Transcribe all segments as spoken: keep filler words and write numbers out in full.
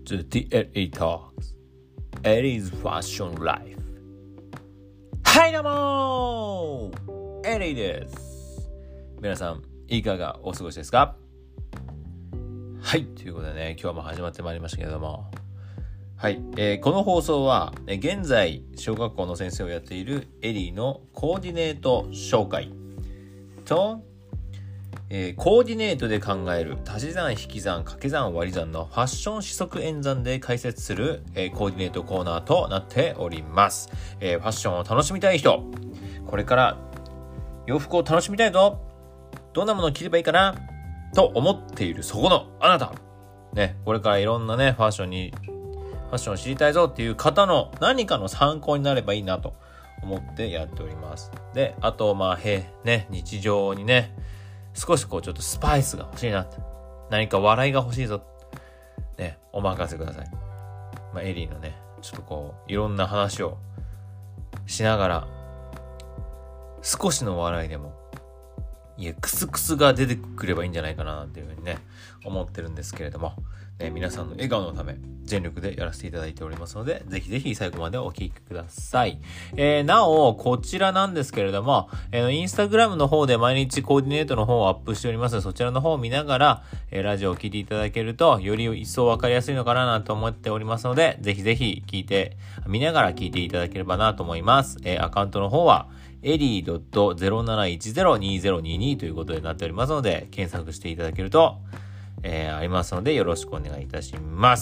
to the エリー Talks Eddie's Fashion Life。 はいどうもー、エリーです。皆さんいかがお過ごしですか？はい、ということでね、今日も始まってまいりましたけれども、はい、えー、この放送は、えー、現在小学校の先生をやっているエリーのコーディネート紹介と、えー、コーディネートで考える足し算引き算掛け算割り算のファッション四則演算で解説する、えー、コーディネートコーナーとなっております。えー、ファッションを楽しみたい人、これから洋服を楽しみたいぞ、どんなものを着ればいいかなと思っているそこのあなたね、これからいろんなねファッションにファッションを知りたいぞっていう方の何かの参考になればいいなと思ってやっております。で、あとまあへね日常にね少しこうちょっとスパイスが欲しいなって、何か笑いが欲しいぞね、お任せください。まあエリーのねちょっとこういろんな話をしながら少しの笑いでもいやクスクスが出てくればいいんじゃないかなっていうふうにね思ってるんですけれども、ね、皆さんの笑顔のため全力でやらせていただいておりますので、ぜひぜひ最後までお聞きください。えー、なおこちらなんですけれども、えー、インスタグラムの方で毎日コーディネートの方をアップしております。そちらの方を見ながら、えー、ラジオを聞いていただけるとより一層わかりやすいのかなと思っておりますので、ぜひぜひ聞いて見ながら聞いていただければなと思います。えー、アカウントの方はエリー ドット ゼロなないちゼロ にゼロにに ということになっておりますので、検索していただけると、えー、ありますのでよろしくお願いいたします。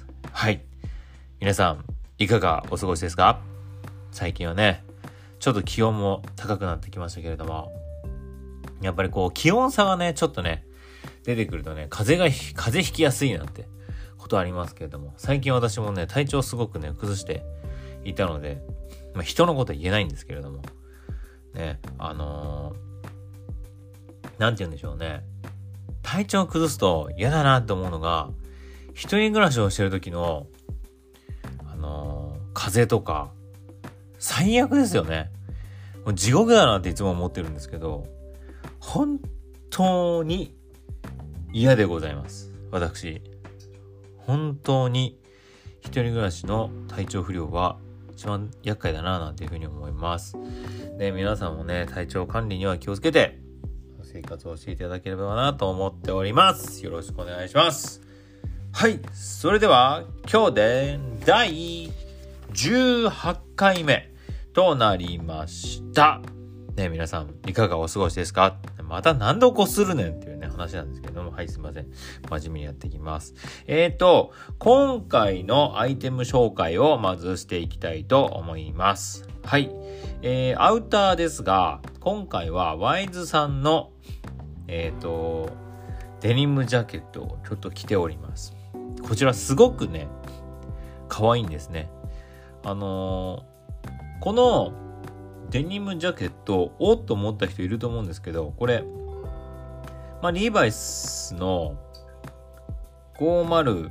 はい。皆さん、いかがお過ごしですか？最近はね、ちょっと気温も高くなってきましたけれども、やっぱりこう気温差がね、ちょっとね、出てくるとね、風邪が、風邪ひきやすいなんてことありますけれども、最近私もね、体調すごくね、崩していたので、まあ、人のことは言えないんですけれども、ね、あのー、なんて言うんでしょうね。体調を崩すと嫌だなって思うのが、一人暮らしをしてる時の、あのー、風邪とか、最悪ですよね。もう地獄だなっていつも思ってるんですけど、本当に嫌でございます。私。本当に一人暮らしの体調不良は一番厄介だななんていうふうに思います。で、皆さんもね、体調管理には気をつけて生活をしていただければなと思っております。よろしくお願いします。はい、それでは今日でだいじゅうはちかいめとなりましたね。皆さんいかがお過ごしですか？また何度こするねんっていうね話なんですけども、はい、すいません、真面目にやっていきます。えーと今回のアイテム紹介をまずしていきたいと思います。はい、えー、アウターですが、今回はワイズさんのえーとデニムジャケットをちょっと着ております。こちらすごくね可愛いんですね。あのー、このデニムジャケットおっと思った人いると思うんですけど、これまあリーバイスのごーまる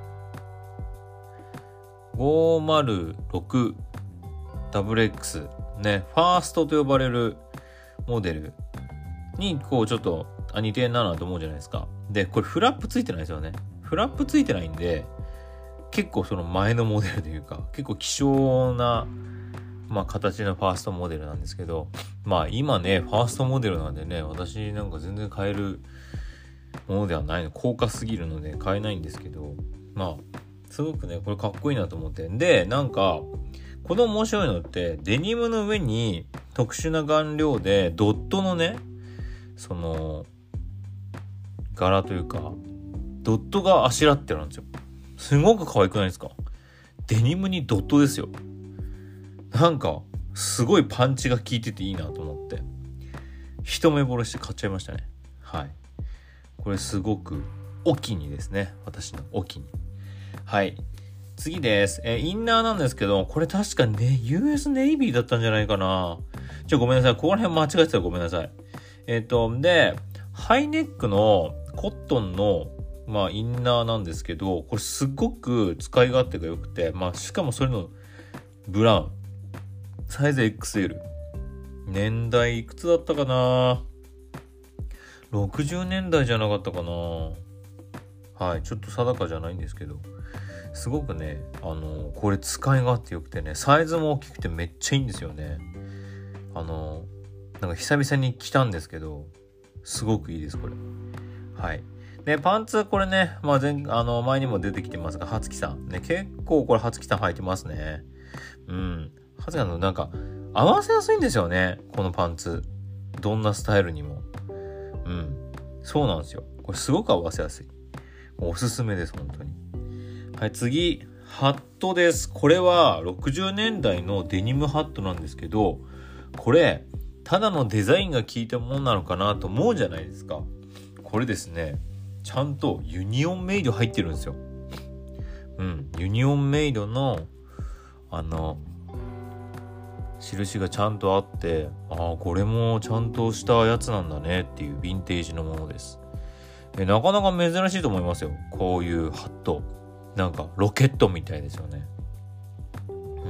ごーまるろく ダブリューエックス ね、ファーストと呼ばれるモデルにこうちょっとあ似てんななと思うじゃないですか。で、これフラップついてないですよね。フラップついてないんで、結構その前のモデルというか結構希少なまあ形のファーストモデルなんですけど、まあ今ねファーストモデルなんでね、私なんか全然買えるものではないの、高価すぎるので買えないんですけど、まあすごくねこれかっこいいなと思って、でなんかこの面白いのってデニムの上に特殊な顔料でドットのねその柄というかドットがあしらってるんですよ。すごく可愛くないですか？デニムにドットですよ。なんかすごいパンチが効いてていいなと思って一目惚れして買っちゃいましたね。はい、これすごくお気にですね、私のお気に。はい、次です。えインナーなんですけど、これ確かね ユーエス ネイビーだったんじゃないかな。ちょごめんなさい、ここら辺間違えてたらごめんなさい。えっとでハイネックのコットンのまあインナーなんですけど、これすごく使い勝手が良くて、まあしかもそれのブラウンサイズ エックスエル、 年代いくつだったかな、ろくじゅうねんだいじゃなかったかな。はい、ちょっと定かじゃないんですけど、 すごくね、あのこれ使い勝手よくてね、サイズも大きくてめっちゃいいんですよね。あのなんか久々に着たんですけど、すごくいいですこれ。はい。でパンツこれね、まあ前あの前にも出てきてますが、はつきさんね、結構これはつきさん履いてますね。うん。はつきさんのなんか合わせやすいんですよね、このパンツ。どんなスタイルにも。うん。そうなんですよ。これすごく合わせやすい。おすすめです本当に。はい、次ハットです。これはろくじゅうねんだいのデニムハットなんですけど、これただのデザインが効いたものなのかなと思うじゃないですか。これですね、ちゃんとユニオンメイド入ってるんですよ。うん、ユニオンメイドのあの印がちゃんとあって、ああこれもちゃんとしたやつなんだねっていうヴィンテージのものです。えなかなか珍しいと思いますよ、こういうハット。なんかロケットみたいですよね。うん、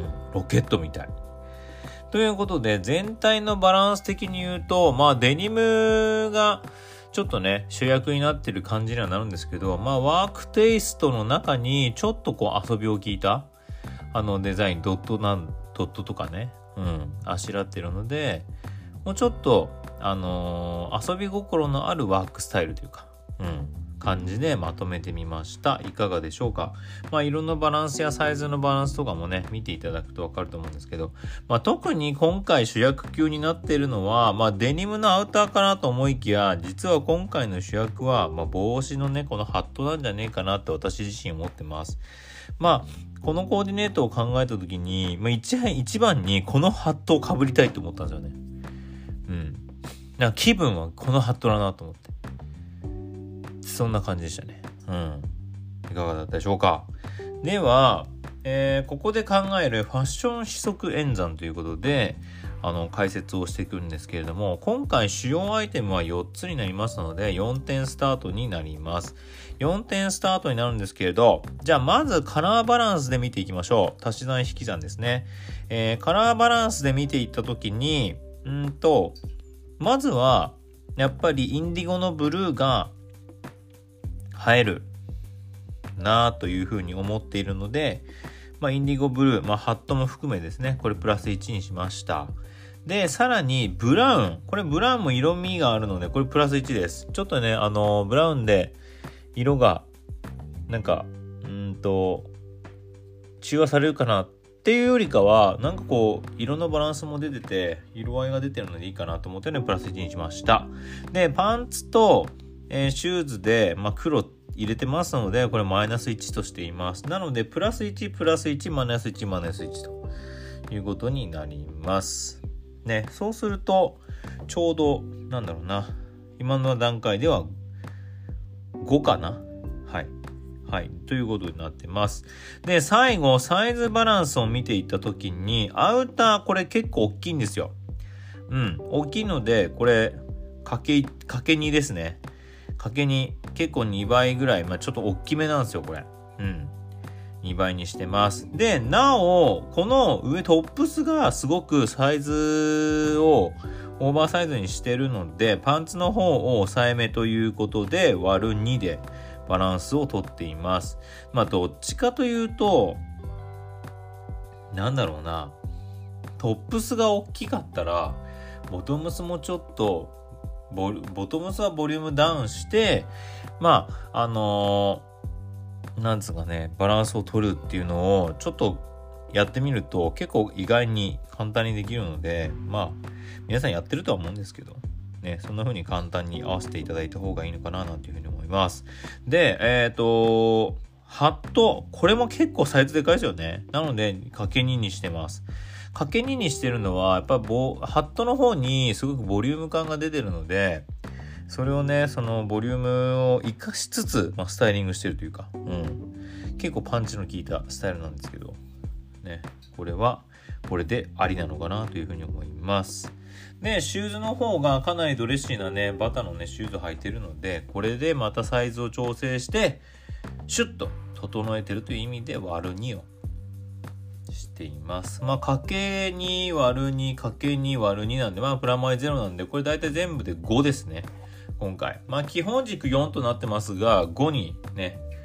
ロケットみたい。ということで全体のバランス的に言うと、まあデニムがちょっとね主役になってる感じにはなるんですけど、まあワークテイストの中にちょっとこう遊びを効いたあのデザイン、ドットなんドットとかね、うんあしらってるので、もうちょっとあのー、遊び心のあるワークスタイルというか、うん感じでまとめてみました。いかがでしょうか。まあ色のバランスやサイズのバランスとかもね見ていただくとわかると思うんですけど、まあ特に今回主役級になっているのはまあデニムのアウターかなと思いきや、実は今回の主役はまあ帽子のねこのハットなんじゃねえかなって私自身思ってます。まあこのコーディネートを考えた時に、まあ、一, 一番にこのハットをかぶりたいと思ったんですよね。うんなんか気分はこのハットだなと思って、そんな感じでしたね。うん。いかがだったでしょうか。では、えー、ここで考えるファッション指則演算ということで、あの、解説をしていくんですけれども、今回主要アイテムはよっつになりますので、よんてんスタートになります。よんてんスタートになるんですけれど、じゃあまずカラーバランスで見ていきましょう。足し算引き算ですね。えー、カラーバランスで見ていったときに、んーと、まずは、やっぱりインディゴのブルーが映えるなというふうに思っているので、まあ、インディゴブルー、まあ、ハットも含めですね、これプラスいちにしました。でさらにブラウン、これブラウンも色味があるのでこれプラスいちです。ちょっとねあのブラウンで色がなんかうーんと中和されるかなっていうよりかは、なんかこう色のバランスも出てて色合いが出てるのでいいかなと思ってねプラスいちにしました。でパンツと、えー、シューズで、まあ、黒入れてますのでこれマイナスいちとしています。なのでプラスいちプラスいちマイナスいちマイナスいちということになりますね。そうするとちょうどなんだろうな、今の段階ではごかな。はいはいということになってます。で最後サイズバランスを見ていった時に、アウターこれ結構大きいんですよ。うん大きいのでこれかけかけにですね。かけに結構にばいぐらい、まあ、ちょっと大きめなんですよこれ。うんにばいにしてます。でなおこの上トップスがすごくサイズをオーバーサイズにしてるので、パンツの方を抑えめということで割るにでバランスをとっています。まあどっちかというとなんだろうな、トップスが大きかったらボトムスもちょっとボ, ボトムスはボリュームダウンして、まああのー、なんつうかねバランスを取るっていうのをちょっとやってみると結構意外に簡単にできるので、まあ皆さんやってるとは思うんですけどね、そんな風に簡単に合わせていただいた方がいいのかななんていう風に思います。でえっとハットこれも結構サイズでかいですよね。なのでかけににしてます。かけににしてるのはやっぱボハットの方にすごくボリューム感が出てるので、それをねそのボリュームを生かしつつ、まあ、スタイリングしてるというか、うん、結構パンチの効いたスタイルなんですけどね、これはこれでありなのかなというふうに思います。でシューズの方がかなりドレッシーなねバタのねシューズ履いてるので、これでまたサイズを調整してシュッと整えてるという意味で割るにをしています。まあかけに割るにかけに割るになんで、まあプラマイゼロなんでこれ大体全部でごですね今回。まあ基本軸よんとなってますがごにね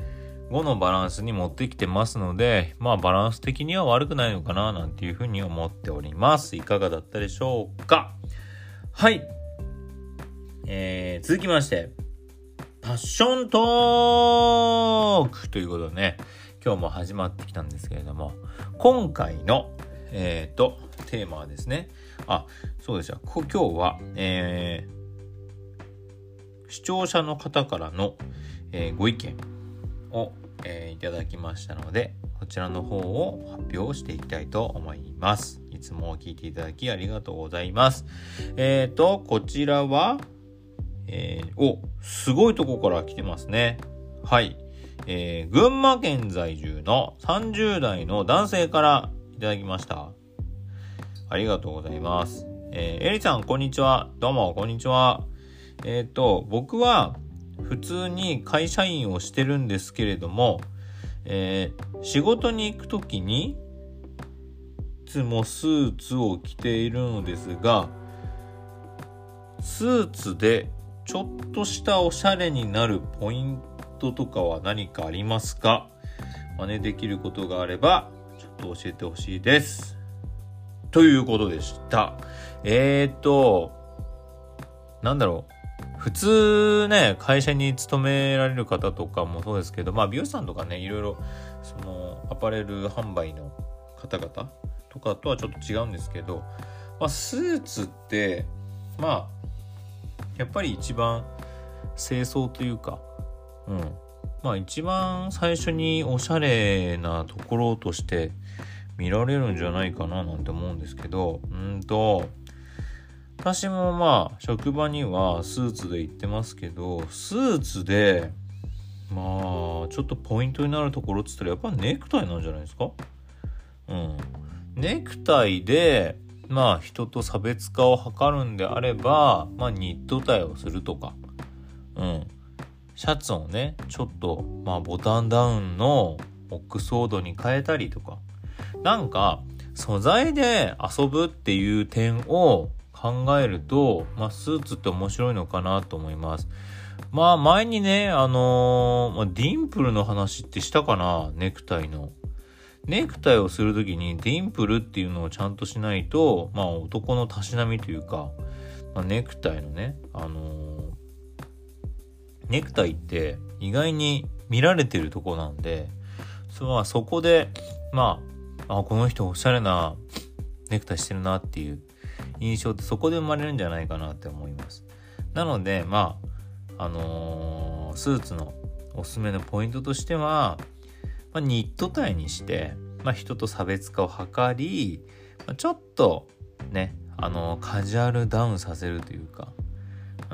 ごのバランスに持ってきてますので、まあバランス的には悪くないのかななんていうふうに思っております。いかがだったでしょうか。はい、えー、続きましてパッショントークということでね、今日も始まってきたんですけれども、今回のえーとテーマはですね、あ、そうでした。今日は、えー、視聴者の方からの、えー、ご意見を、えー、いただきましたので、こちらの方を発表していきたいと思います。いつも聞いていただきありがとうございます。えーとこちらは、えー、おすごいとこから来てますね。はい、えー、群馬県在住のさんじゅう代の男性からいただきました。ありがとうございます。えー、エリさんこんにちは。どうもこんにちは。えーと僕は普通に会社員をしてるんですけれども、えー、仕事に行くときにいつもスーツを着ているのですが、スーツでちょっとしたおしゃれになるポイントとかは何かありますか？真似できることがあればちょっと教えてほしいです。ということでした。えーとなんだろう、普通ね会社に勤められる方とかもそうですけど、まあ美容師さんとかね、いろいろそのアパレル販売の方々とかとはちょっと違うんですけど、まあスーツってまあやっぱり一番清掃というか、うん、まあ一番最初におしゃれなところとして見られるんじゃないかななんて思うんですけど、うんと私もまあ職場にはスーツで行ってますけど、スーツでまあちょっとポイントになるところっつったらやっぱネクタイなんじゃないですか。うん、ネクタイでまあ人と差別化を図るんであれば、まあニットタイをするとか、うん、シャツをねちょっとまあボタンダウンのオックスフォードに変えたりとか、なんか素材で遊ぶっていう点を考えると、まあスーツって面白いのかなと思います。まあ前にねあのーまあ、ディンプルの話ってしたかな。ネクタイのネクタイをするときにディンプルっていうのをちゃんとしないと、まあ男のたしなみというか、まあ、ネクタイのね、あのー、ネクタイって意外に見られてるとこなんで、そ, まあ、そこで、まあ、あ、この人おしゃれなネクタイしてるなっていう印象ってそこで生まれるんじゃないかなって思います。なので、まあ、あのー、スーツのおすすめのポイントとしては、まあ、ニットタイにして、まあ、人と差別化を図り、まあ、ちょっとね、あのカジュアルダウンさせるというか、うん、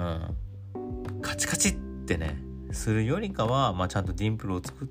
カチカチってねするよりかは、まあ、ちゃんとディンプルを作って、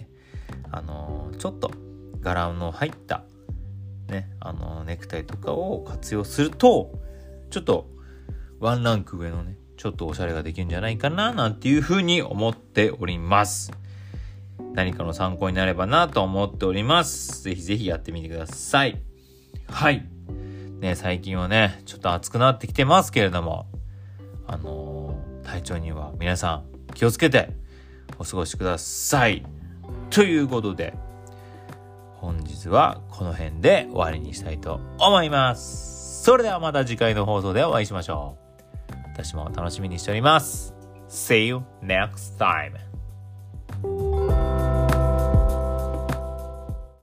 あのちょっと柄の入ったね、あのネクタイとかを活用すると、ちょっとワンランク上のね、ちょっとおしゃれができるんじゃないかななんていうふうに思っております。何かの参考になればなと思っております。ぜひぜひやってみてください。はい。ね、最近はね、ちょっと暑くなってきてますけれども、あのー、体調には皆さん気をつけてお過ごしください。ということで、本日はこの辺で終わりにしたいと思います。それではまた次回の放送でお会いしましょう。私も楽しみにしております。See you next time.